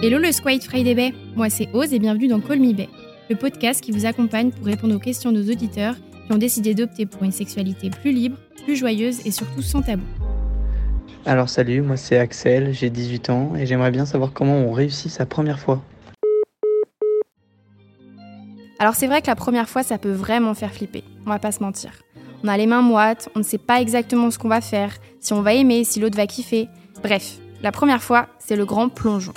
Hello le Squid Friday Bay, moi c'est Oz et bienvenue dans Call Me Bay, le podcast qui vous accompagne pour répondre aux questions de nos auditeurs qui ont décidé d'opter pour une sexualité plus libre, plus joyeuse et surtout sans tabou. Alors salut, moi c'est Axel, j'ai 18 ans et j'aimerais bien savoir comment on réussit sa première fois. Alors c'est vrai que la première fois ça peut vraiment faire flipper, on va pas se mentir. On a les mains moites, on ne sait pas exactement ce qu'on va faire, si on va aimer, si l'autre va kiffer. Bref, la première fois, c'est le grand plongeon.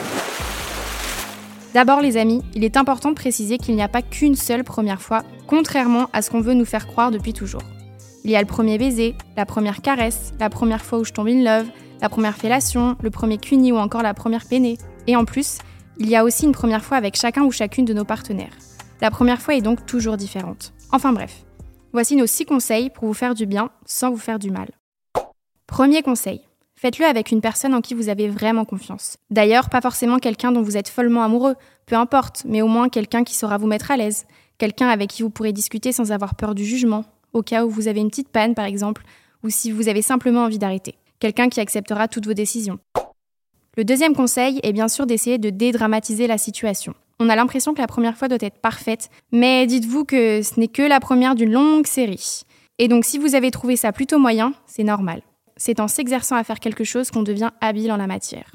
D'abord les amis, il est important de préciser qu'il n'y a pas qu'une seule première fois, contrairement à ce qu'on veut nous faire croire depuis toujours. Il y a le premier baiser, la première caresse, la première fois où je tombe in love, la première fellation, le premier cuni ou encore la première peinée. Et en plus, il y a aussi une première fois avec chacun ou chacune de nos partenaires. La première fois est donc toujours différente. Enfin bref, voici nos 6 conseils pour vous faire du bien sans vous faire du mal. Premier conseil. Faites-le avec une personne en qui vous avez vraiment confiance. D'ailleurs, pas forcément quelqu'un dont vous êtes follement amoureux, peu importe, mais au moins quelqu'un qui saura vous mettre à l'aise, quelqu'un avec qui vous pourrez discuter sans avoir peur du jugement, au cas où vous avez une petite panne par exemple, ou si vous avez simplement envie d'arrêter. Quelqu'un qui acceptera toutes vos décisions. Le deuxième conseil est bien sûr d'essayer de dédramatiser la situation. On a l'impression que la première fois doit être parfaite, mais dites-vous que ce n'est que la première d'une longue série. Et donc si vous avez trouvé ça plutôt moyen, c'est normal. C'est en s'exerçant à faire quelque chose qu'on devient habile en la matière.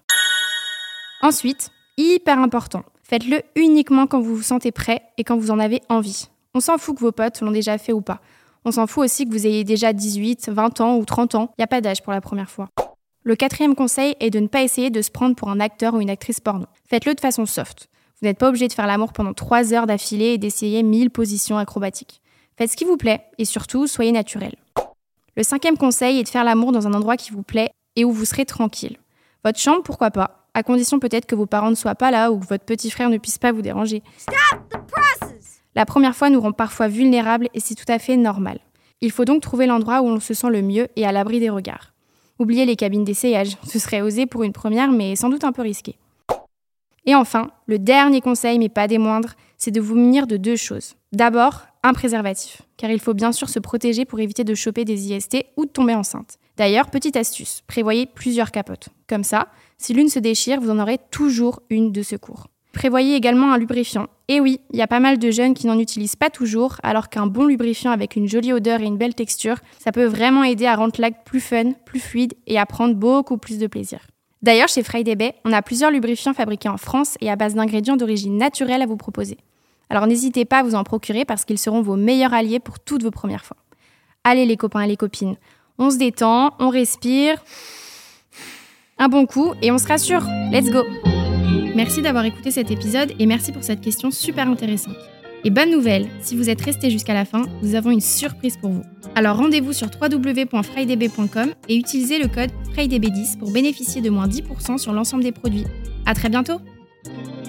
Ensuite, hyper important, faites-le uniquement quand vous vous sentez prêt et quand vous en avez envie. On s'en fout que vos potes l'ont déjà fait ou pas. On s'en fout aussi que vous ayez déjà 18, 20 ans ou 30 ans. Il n'y a pas d'âge pour la première fois. Le 4e conseil est de ne pas essayer de se prendre pour un acteur ou une actrice porno. Faites-le de façon soft. Vous n'êtes pas obligé de faire l'amour pendant 3 heures d'affilée et d'essayer 1000 positions acrobatiques. Faites ce qui vous plaît et surtout, soyez naturel. Le 5e conseil est de faire l'amour dans un endroit qui vous plaît et où vous serez tranquille. Votre chambre, pourquoi pas, à condition peut-être que vos parents ne soient pas là ou que votre petit frère ne puisse pas vous déranger. Stop the presses! La première fois nous rend parfois vulnérables et c'est tout à fait normal. Il faut donc trouver l'endroit où on se sent le mieux et à l'abri des regards. Oubliez les cabines d'essayage, ce serait osé pour une première mais sans doute un peu risqué. Et enfin, le dernier conseil, mais pas des moindres, c'est de vous munir de 2 choses. D'abord, un préservatif, car il faut bien sûr se protéger pour éviter de choper des IST ou de tomber enceinte. D'ailleurs, petite astuce, prévoyez plusieurs capotes. Comme ça, si l'une se déchire, vous en aurez toujours une de secours. Prévoyez également un lubrifiant. Et oui, il y a pas mal de jeunes qui n'en utilisent pas toujours, alors qu'un bon lubrifiant avec une jolie odeur et une belle texture, ça peut vraiment aider à rendre l'acte plus fun, plus fluide et à prendre beaucoup plus de plaisir. D'ailleurs, chez Friday Bay, on a plusieurs lubrifiants fabriqués en France et à base d'ingrédients d'origine naturelle à vous proposer. Alors n'hésitez pas à vous en procurer parce qu'ils seront vos meilleurs alliés pour toutes vos premières fois. Allez les copains et les copines, on se détend, on respire, un bon coup et on se rassure. Let's go! Merci d'avoir écouté cet épisode et merci pour cette question super intéressante. Et bonne nouvelle, si vous êtes resté jusqu'à la fin, nous avons une surprise pour vous. Alors rendez-vous sur www.fridaybay.com et utilisez le code FRIDAYBAY10 pour bénéficier de moins 10% sur l'ensemble des produits. À très bientôt!